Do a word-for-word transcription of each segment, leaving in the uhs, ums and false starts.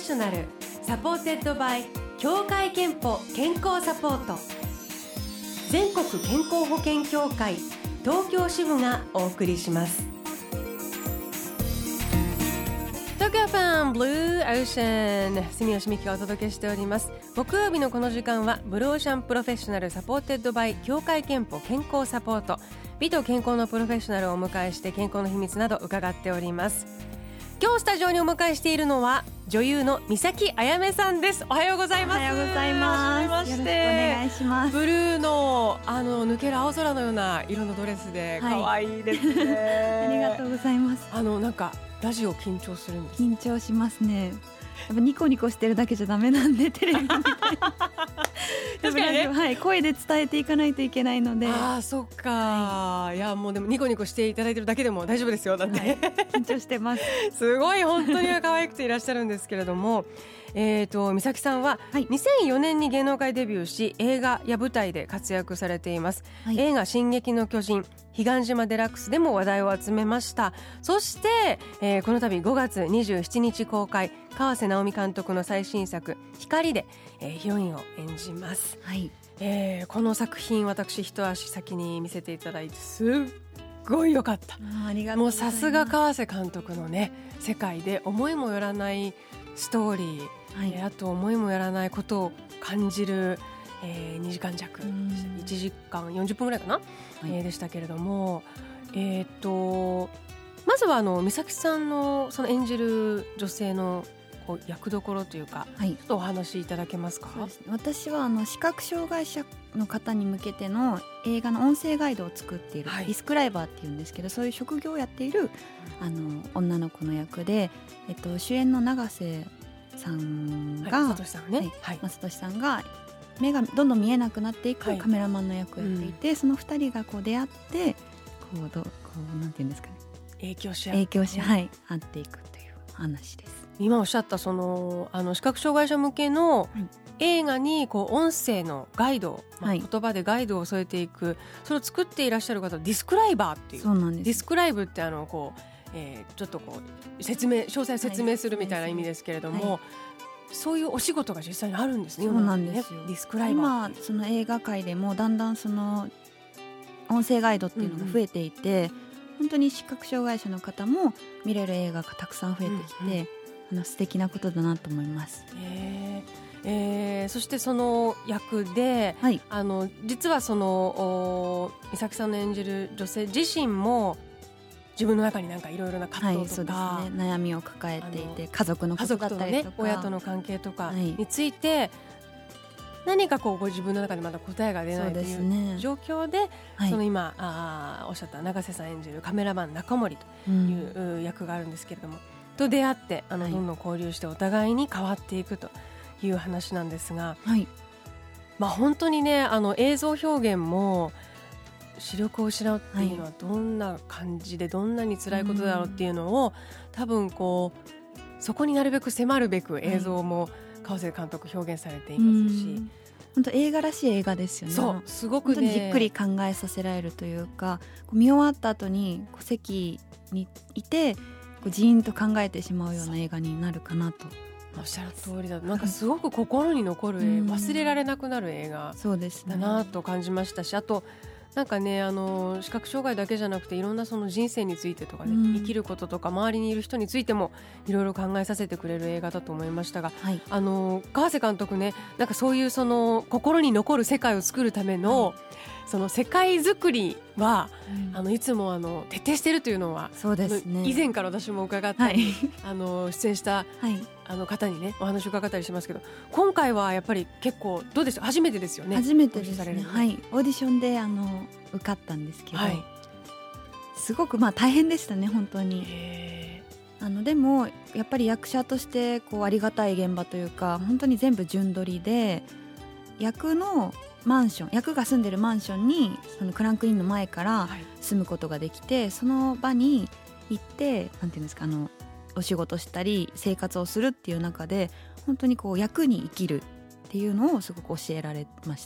ショナルサポーテッドバイ協会憲法健康サポート、全国健康保険協会東京支部がお送りします。東京ファンブルーオーシャン、住吉美希がお届けしております。木曜日のこの時間はブルーオーシャンプロフェッショナルサポーテッドバイ協会憲法健康サポート、美と健康のプロフェッショナルをお迎えして健康の秘密など伺っております。今日スタジオにお迎えしているのは女優の三崎あやめさんです。おはようございます。 おはようございます。 はじめまして。 よろしくお願いします。 ブルーのあの抜ける青空のような色のドレスで可愛いですね、 はい、ありがとうございます。 あのなんかラジオ緊張するんです。 緊張しますね。やっぱニコニコしてるだけじゃダメなんで、テレビみたいな確かにね、はい、声で伝えていかないといけないので。 ああ、そっか、はい、いやもうでもニコニコしていただいてるだけでも大丈夫ですよ。だって、はい、 緊張してますすごい本当に可愛くていらっしゃるんですけれどもえーと美咲さんはにせんよねんに芸能界デビューし、映画や舞台で活躍されています、はい、映画進撃の巨人彼岸島デラックスでも話題を集めました。そして、えー、この度ごがつにじゅうしちにち公開、河瀬直美監督の最新作光で、えー、ヒロインを演じます、はい。えー、この作品私一足先に見せていただいてすっごい良かった。 ありがとうございます。 もうさすが河瀬監督のね世界で思いもよらないストーリー、はい、あと思いもよらないことを感じる、えー、にじかんじゃく、いちじかんよんじゅっぷんぐらいかな、はい、えー、でしたけれども、えー、とまずはあの美咲さんのその演じる女性のこう役どころというか、はい、ちょっとお話しいただけますか。 そうですね、私はあの視覚障害者の方に向けての映画の音声ガイドを作っている、はい、ディスクライバーっていうんですけど、そういう職業をやっているあの女の子の役で、えっと、主演の永瀬さんが、 はい、正俊さんね、はいはい、正俊さんが目がどんどん見えなくなっていくカメラマンの役をやっていて、はい、うん、そのふたりがこう出会ってこうどこうなんていうんですかね、 影響し合う、 影響し、はい、合っていくという話です。 今おっしゃったそのあの視覚障害者向けの映画にこう音声のガイド、まあ、言葉でガイドを添えていく、はい、それを作っていらっしゃる方、ディスクライバーっていう、 そうなんです。 ディスクライブってあのこう、えー、ちょっとこう説明詳細説明するみたいな意味ですけれども、はい、そういうお仕事が実際にあるんですね。 そうなんですよ、 ディスクライバー。 今その映画界でもだんだんその音声ガイドっていうのが増えていて、うんうん、本当に視覚障害者の方も見れる映画がたくさん増えてきて、うんうん、あの素敵なことだなと思います。 えーえー、そしてその役で、はい、あの実はその美咲さんの演じる女性自身も自分の中になんかいろいろな葛藤とか、 はい、そうですね、悩みを抱えていて、家族のことだったりとか、 ね、親との関係とかについて、はい、何かこうご自分の中にまだ答えが出ないという状況で、そ、ね、その今、あおっしゃった永瀬さん演じるカメラマン中森という役があるんですけれども、うん、と出会ってあのどんどん交流してお互いに変わっていくという話なんですが、はい、まあ、本当にねあの映像表現も視力を失うっていうのはどんな感じで、どんなに辛いことだろうっていうのを、多分こうそこになるべく迫るべく映像も河瀬監督表現されていますし、 本当映画らしい映画ですよね。 そうすごくね、 本当にじっくり考えさせられるというか、こう見終わった後にこう席にいてこうジーンと考えてしまうような映画になるかなと。 おっしゃる通りだ。なんかすごく心に残る、忘れられなくなる映画だなと感じましたし、あとなんかね、あの視覚障害だけじゃなくていろんなその人生についてとかね、うん、生きることとか周りにいる人についてもいろいろ考えさせてくれる映画だと思いましたが、はい、あの河瀬監督ね、なんかそういうその心に残る世界を作るための、はい、その世界づくりは、うん、あのいつもあの徹底しているというのは、 そうですね、 以前から私も伺ったり、はい、あの出演した、 はい、 あの方にねお話を伺ったりしますけど、今回はやっぱり結構どうでした？初めてですよね。 初めてですね、はい、オーディションであの受かったんですけど、はい、すごくまあ大変でしたね本当に。あのでもやっぱり役者としてこうありがたい現場というか、本当に全部順撮りで、役のマンション役が住んでるマンションにそのクランクインの前から住むことができて、はい、その場に行ってなんていうんですか、あのお仕事したり生活をするっていう中で、本当にこう役に生きるっていうのをすごく教えられましたね。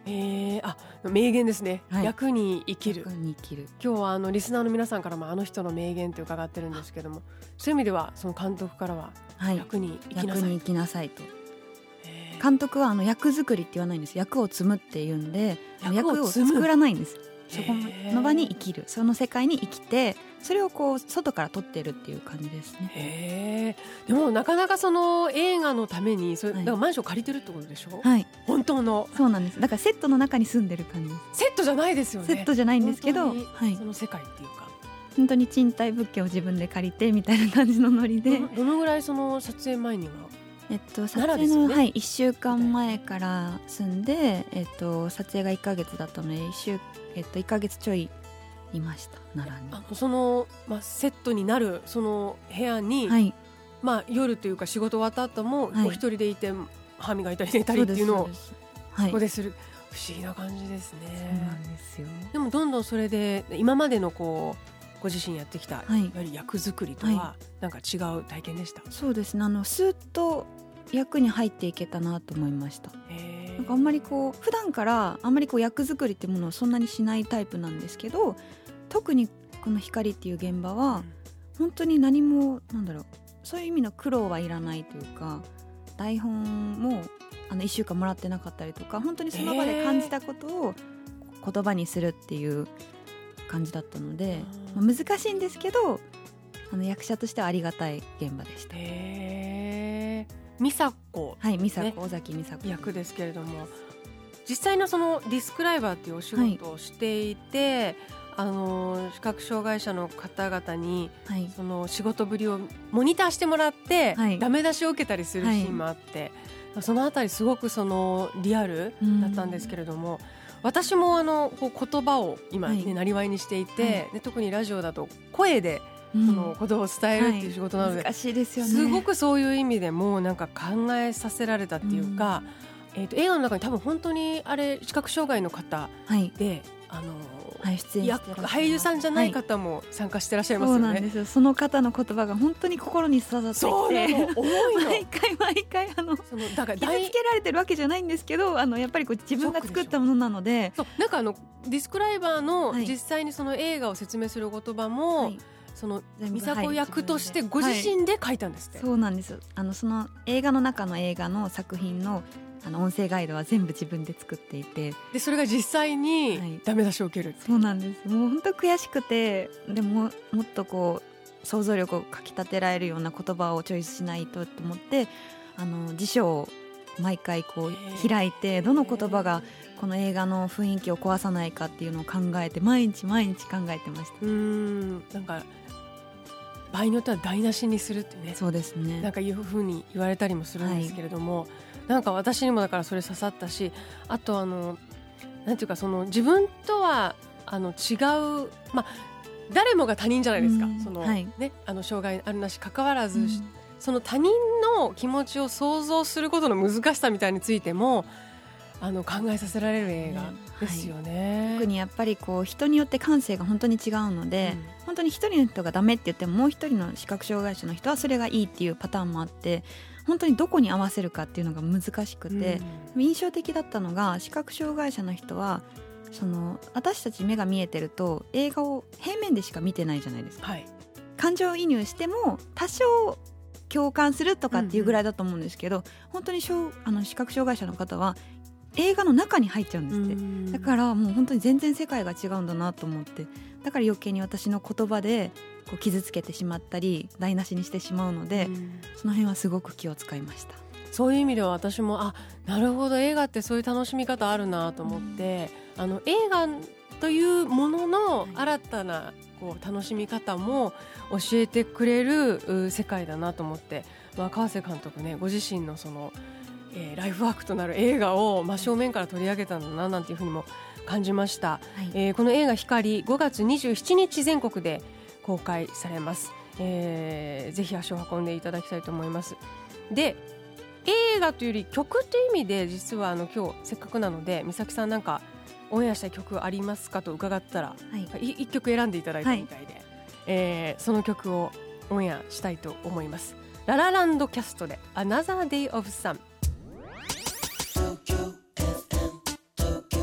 えー、あ名言ですね、 はい、 役に生きる。 役に生きる。 今日はあのリスナーの皆さんからもあの人の名言って伺ってるんですけども、そういう意味ではその監督からは役に生きなさい、はい、 役に生きなさいと。監督はあの役作りって言わないんです。役を積むって言うんで、役を作らないんです。そこの場に生きる、その世界に生きて、それをこう外から撮ってるっていう感じですね。 へー、でもなかなかその映画のためにそれ、はい、だからマンション借りてるってことでしょ。 はい、 本当の。 そうなんです。だからセットの中に住んでる感じです。 セットじゃないですよね。 セットじゃないんですけど、 はい、その世界っていうか本当に賃貸物件を自分で借りてみたいな感じのノリで。 どの、どのぐらいその撮影前にはえっと、撮影の、ね、はい、いっしゅうかんまえから住んで、えっと、撮影がいっかげつだったので 1, 週、えっと、いっかげつちょいいました奈良に。 あのその、まあ、セットになるその部屋に、 はい、 まあ、夜というか仕事終わった後も、はい、お一人でいて歯磨いたり寝たりっていうのをそこでする、不思議な感じですね。 そうなんですよ。 でもどんどんそれで今までのこうご自身やってきた、はい、いわゆる役作りとは、はい、なんか違う体験でした。 そうですね、あのスーッと役に入っていけたなと思いました。なんかあんまりこう普段からあんまりこう役作りっていうものをそんなにしないタイプなんですけど、特にこの光っていう現場は本当に何もなんだろう、そういう意味の苦労はいらないというか、台本もあのいっしゅうかんもらってなかったりとか、本当にその場で感じたことを言葉にするっていう感じだったので、まあ、難しいんですけど、あの役者としてはありがたい現場でした。 へー、美佐子、 はい、美佐子、尾崎美佐子役ですけれども、実際のそのディスクライバーっていうお仕事をしていて、はい、あの視覚障害者の方々に、はい、その仕事ぶりをモニターしてもらって、はい、ダメ出しを受けたりするシーンもあって、はい、そのあたりすごくそのリアルだったんですけれども、私もあのこう言葉を今ね、はい、なりわいにしていて、はい、で特にラジオだと声でそのことを伝えるっていう仕事なので、 うん、はい、難しいですよね。 すごくそういう意味でもなんか考えさせられたっていうか、うん、えーと、映画の中に多分本当にあれ視覚障害の方で、はい、あのはい、出演してらっしゃる俳優さんじゃない方も参加してらっしゃいますよね。 そうなんですよ。その方の言葉が本当に心に刺さってきて、 そうなの、重いの毎回毎回あのそのだから傷つけられてるわけじゃないんですけど、あのやっぱりこう自分が作ったものなので、 そうなんかあのディスクライバーの実際にその映画を説明する言葉も、はい、その美佐子役としてご自身で書いたんですって、 はい、そうなんです。あのその映画の中の映画の作品のあの音声ガイドは全部自分で作っていて、 でそれが実際にダメ出しを受ける、はい、 そうなんです。もう本当悔しくて、でももっとこう想像力をかきたてられるような言葉をチョイスしないとと思って、あの辞書を毎回こう開いて、どの言葉がこの映画の雰囲気を壊さないかっていうのを考えて毎日毎日考えてました。 うーん、なんか場合によっては台無しにするってね、 そうですね、 なんかいうふうに言われたりもするんですけれども、はい、なんか私にもだからそれ刺さったし、あとあのなんていうか、その自分とはあの違う、まあ誰もが他人じゃないですか、その、はいね、あの障害あるなし関わらず、うん、その他人の気持ちを想像することの難しさみたいについてもあの考えさせられる映画ですよね、はい、 特にやっぱりこう人によって感性が本当に違うので、うん、本当に一人の人がダメって言ってももう一人の視覚障害者の人はそれがいいっていうパターンもあって、本当にどこに合わせるかっていうのが難しくて、うん、印象的だったのが、視覚障害者の人はその私たち目が見えてると映画を平面でしか見てないじゃないですか、はい、感情移入しても多少共感するとかっていうぐらいだと思うんですけど、うんうん、本当にあの視覚障害者の方は映画の中に入っちゃうんですって。うん、だからもう本当に全然世界が違うんだなと思って、だから余計に私の言葉でこう傷つけてしまったり台無しにしてしまうので、うん、その辺はすごく気を使いました。 そういう意味では私もあなるほど、映画ってそういう楽しみ方あるなと思って、うん、あの映画というものの新たなこう楽しみ方も教えてくれる世界だなと思って、まあ、川瀬監督ね、ご自身のその、えー、ライフワークとなる映画を真正面から取り上げたんだななんていうふうにも感じました、はい。えー、この映画光ごがつにじゅうしちにち全国で公開されます、えー、ぜひ足を運んでいただきたいと思います。で、映画というより曲という意味で実はあの今日せっかくなので美咲さんなんかオンエアしたい曲ありますかと伺ったら、はい、いっきょく選んでいただいたみたいで、はい、えー、その曲をオンエアしたいと思います。ララランドキャストで Another Day of Sun。 東京 エフエム 東京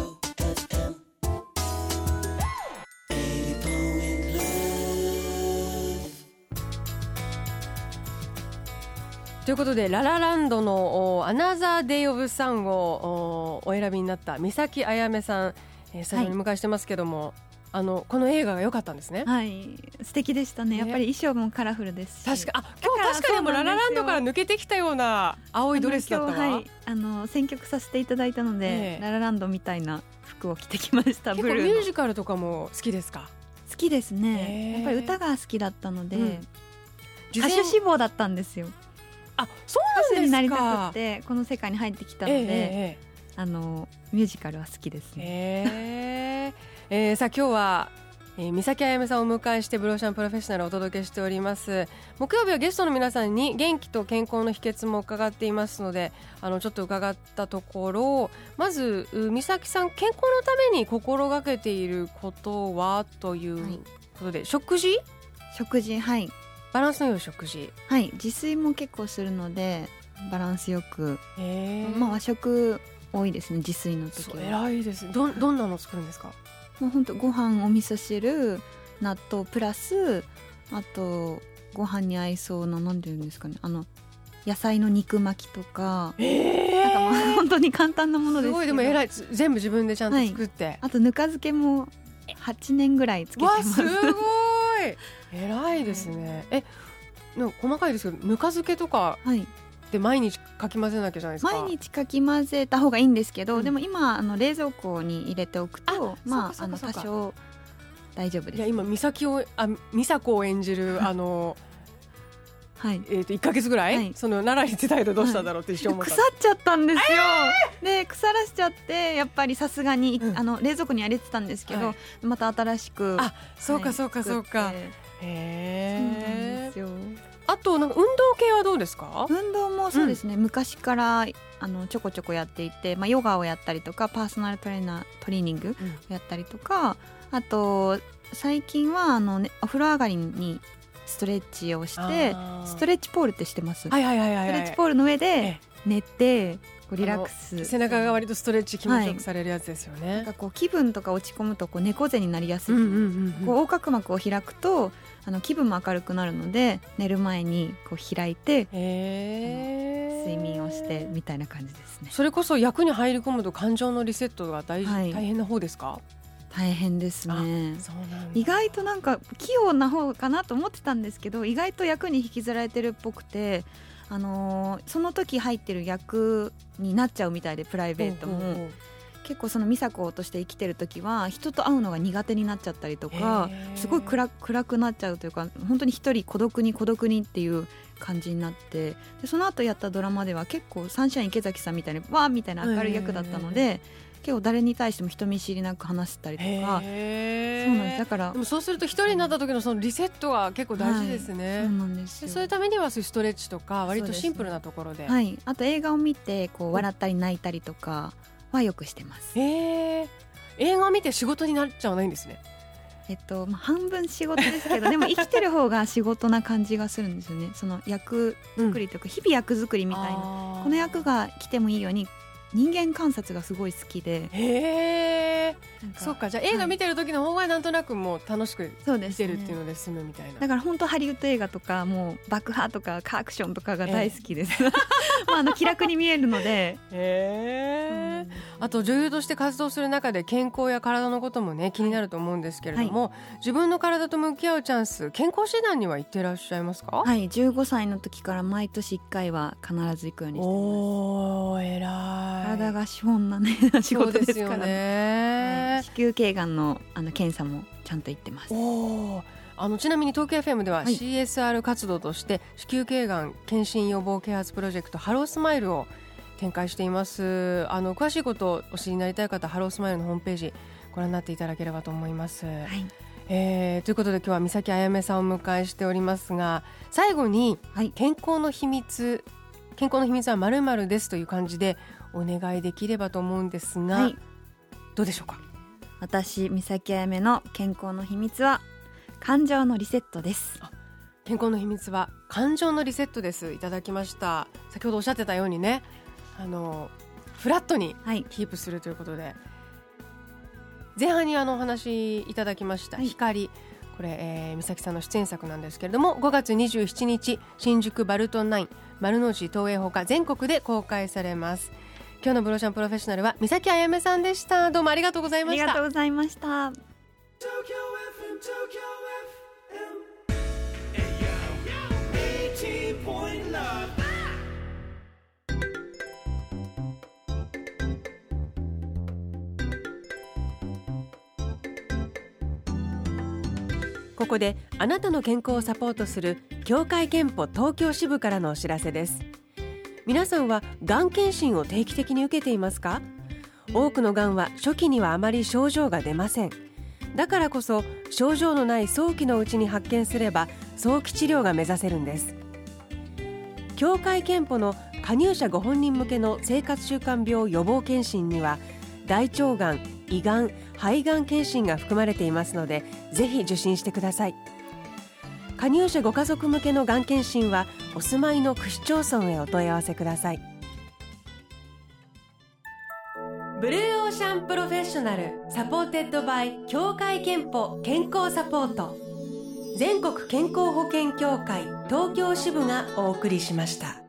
ということでララランドのアナザーデイオブサンを お, お選びになった三崎あやめさん、えー、スタジオに迎えしてますけども、はい、あのこの映画が良かったんですね。 はい、素敵でしたね。やっぱり衣装もカラフルですし、 確かあ今日確かにもララランドから抜けてきたような青いドレスだったわ。 あの、はい、あの選曲させていただいたので、えー、ララランドみたいな服を着てきました。 結構ミュージカルとかも好きですか？ 好きですね、えー、やっぱり歌が好きだったので、うん、歌手志望だったんですよ。 あ、そうなんですか。 歌手になりたくてこの世界に入ってきたので、 えー、あのミュージカルは好きですね。 えーえー、さあ今日は、えー、三崎あやめさんをお迎えしてブローシャンプロフェッショナルをお届けしております。木曜日はゲストの皆さんに元気と健康の秘訣も伺っていますので、あのちょっと伺ったところ、まず三崎さん健康のために心がけていることはということで、はい、食事食事はい、 バランスの良い食事、 はい、自炊も結構するのでバランスよく、まあ、和食多いですね。自炊の時は。 偉いです。 ど, どんなの作るんですか？ もう本当ご飯、お味噌汁、納豆プラスあとご飯に合いそうな、なんていうんですかね、あの野菜の肉巻きとか、 えー、 なんかまあ本当に簡単なものですけど、 すごい。でも偉い。全部自分でちゃんと作って、はい、 あとぬか漬けもはちねんぐらいつけてます。 わ、すごい偉いですね。え、なんか細かいですけど、ぬか漬けとかで毎日かき混ぜなきゃじゃないですか。 毎日かき混ぜた方がいいんですけど、うん、でも今あの冷蔵庫に入れておくと、まああの多少大丈夫です。 いや今美咲をあ美佐子を演じるあのはい、えー、といっかげつぐらい、はい、その奈良に行ってたけどどうしたんだろうって一生思った、 はい、腐っちゃったんですよ、えー、で腐らしちゃってやっぱりさすがに、うん、あの冷蔵庫に入れてたんですけど、はい、また新しく、 あ、そうかそうかそうか、はい、へえ。そうなんですよ。 あとなんか運動系はどうですか？ 運動もそうですね、うん、昔からあのちょこちょこやっていて、まあ、ヨガをやったりとかパーソナルトレーナートレーニングをやったりとか、うん、あと最近はあの、ね、お風呂上がりにストレッチをして、ストレッチポールって知ってます？ はいはいはいはい、 ストレッチポールの上で寝てこうリラックス、 背中が割とストレッチ気持ちよくされるやつですよね、 はい、なんかこう気分とか落ち込むとこう猫背になりやすい、うんうんうんうん、こう横隔膜を開くとあの気分も明るくなるので寝る前にこう開いて、えー、睡眠をしてみたいな感じですね。 それこそ役に入り込むと感情のリセットが 大,、はい、大変な方ですか？ 大変ですね。 そうなんだ。 意外となんか器用な方かなと思ってたんですけど、意外と役に引きずられてるっぽくて、あのー、その時入ってる役になっちゃうみたいで、プライベートも、うんうんうん、結構その美佐子として生きてる時は人と会うのが苦手になっちゃったりとか、すごい 暗, 暗くなっちゃうというか、本当に一人孤独に孤独にっていう感じになって、でその後やったドラマでは結構サンシャイン池崎さんみたいにわーみたいな明るい役だったので、結構誰に対しても人見知りなく話したりとか。そうなんです。だからでもそうすると一人になった時のそのリセットは結構大事ですね、 はい、そうなんですよ。 でそういうためにはそういうストレッチとか割とシンプルなところ で, で、 はい、あと映画を見てこう笑ったり泣いたりとかはよくしてます。 へー、映画を見て仕事になっちゃわないんですね。 えっとまあ、半分仕事ですけどでも生きてる方が仕事な感じがするんですよね。その役作りとか、うん、日々役作りみたいな、この役が来てもいいように人間観察がすごい好きで。 へー、そうか。じゃあ映画見てる時の方がなんとなくもう楽しく見てるっていうので済むみたいな、ね、 だから本当ハリウッド映画とかもう爆破とかカーアクションとかが大好きです、まあ、あの気楽に見えるので。 へー、うん、あと女優として活動する中で健康や体のこともね気になると思うんですけれども、はい、自分の体と向き合うチャンス、健康診断には行ってらっしゃいますか？ はい、じゅうごさいの時から毎年いっかいは必ず行くようにしてます。 おー、偉い。 体が資本な、ね、仕事ですからね、 はい、子宮頸がん の, あの検査もちゃんと行ってます。 おあのちなみに東京 エフエム では シーエスアール 活動として子宮頸がん検診予防啓発プロジェクトハロースマイルを展開しています。あの詳しいことをお知りになりたい方はハロースマイルのホームページご覧になっていただければと思います、はい。えー、ということで今日は三崎あやめさんをお迎えしておりますが、最後に健康の秘密、はい、健康の秘密は〇〇ですという感じでお願いできればと思うんですが、はい、どうでしょうか？ 私三崎あやめの健康の秘密は感情のリセットです。 健康の秘密は感情のリセットです。いただきました。先ほどおっしゃってたようにね、あのフラットにキープするということで、はい、前半にあのお話いただきました、はい、光、これ、えー、三崎さんの出演作なんですけれども、ごがつにじゅうしちにち新宿バルトナイン丸の内東映ほか全国で公開されます。今日のブローシャンプロフェッショナルは三崎あやめさんでした。どうもありがとうございました。 ありがとうございました。 ここであなたの健康をサポートする協会憲法東京支部からのお知らせです。皆さんはがん検診を定期的に受けていますか？多くのがんは初期にはあまり症状が出ません。だからこそ症状のない早期のうちに発見すれば早期治療が目指せるんです。協会憲法の加入者ご本人向けの生活習慣病予防検診には大腸がん、胃がん、肺がん検診が含まれていますので、ぜひ受診してください。加入者ご家族向けのがん検診はお住まいの区市町村へお問い合わせください。ブルーオーシャンプロフェッショナルサポーテッドバイ協会憲法健康サポート、全国健康保険協会東京支部がお送りしました。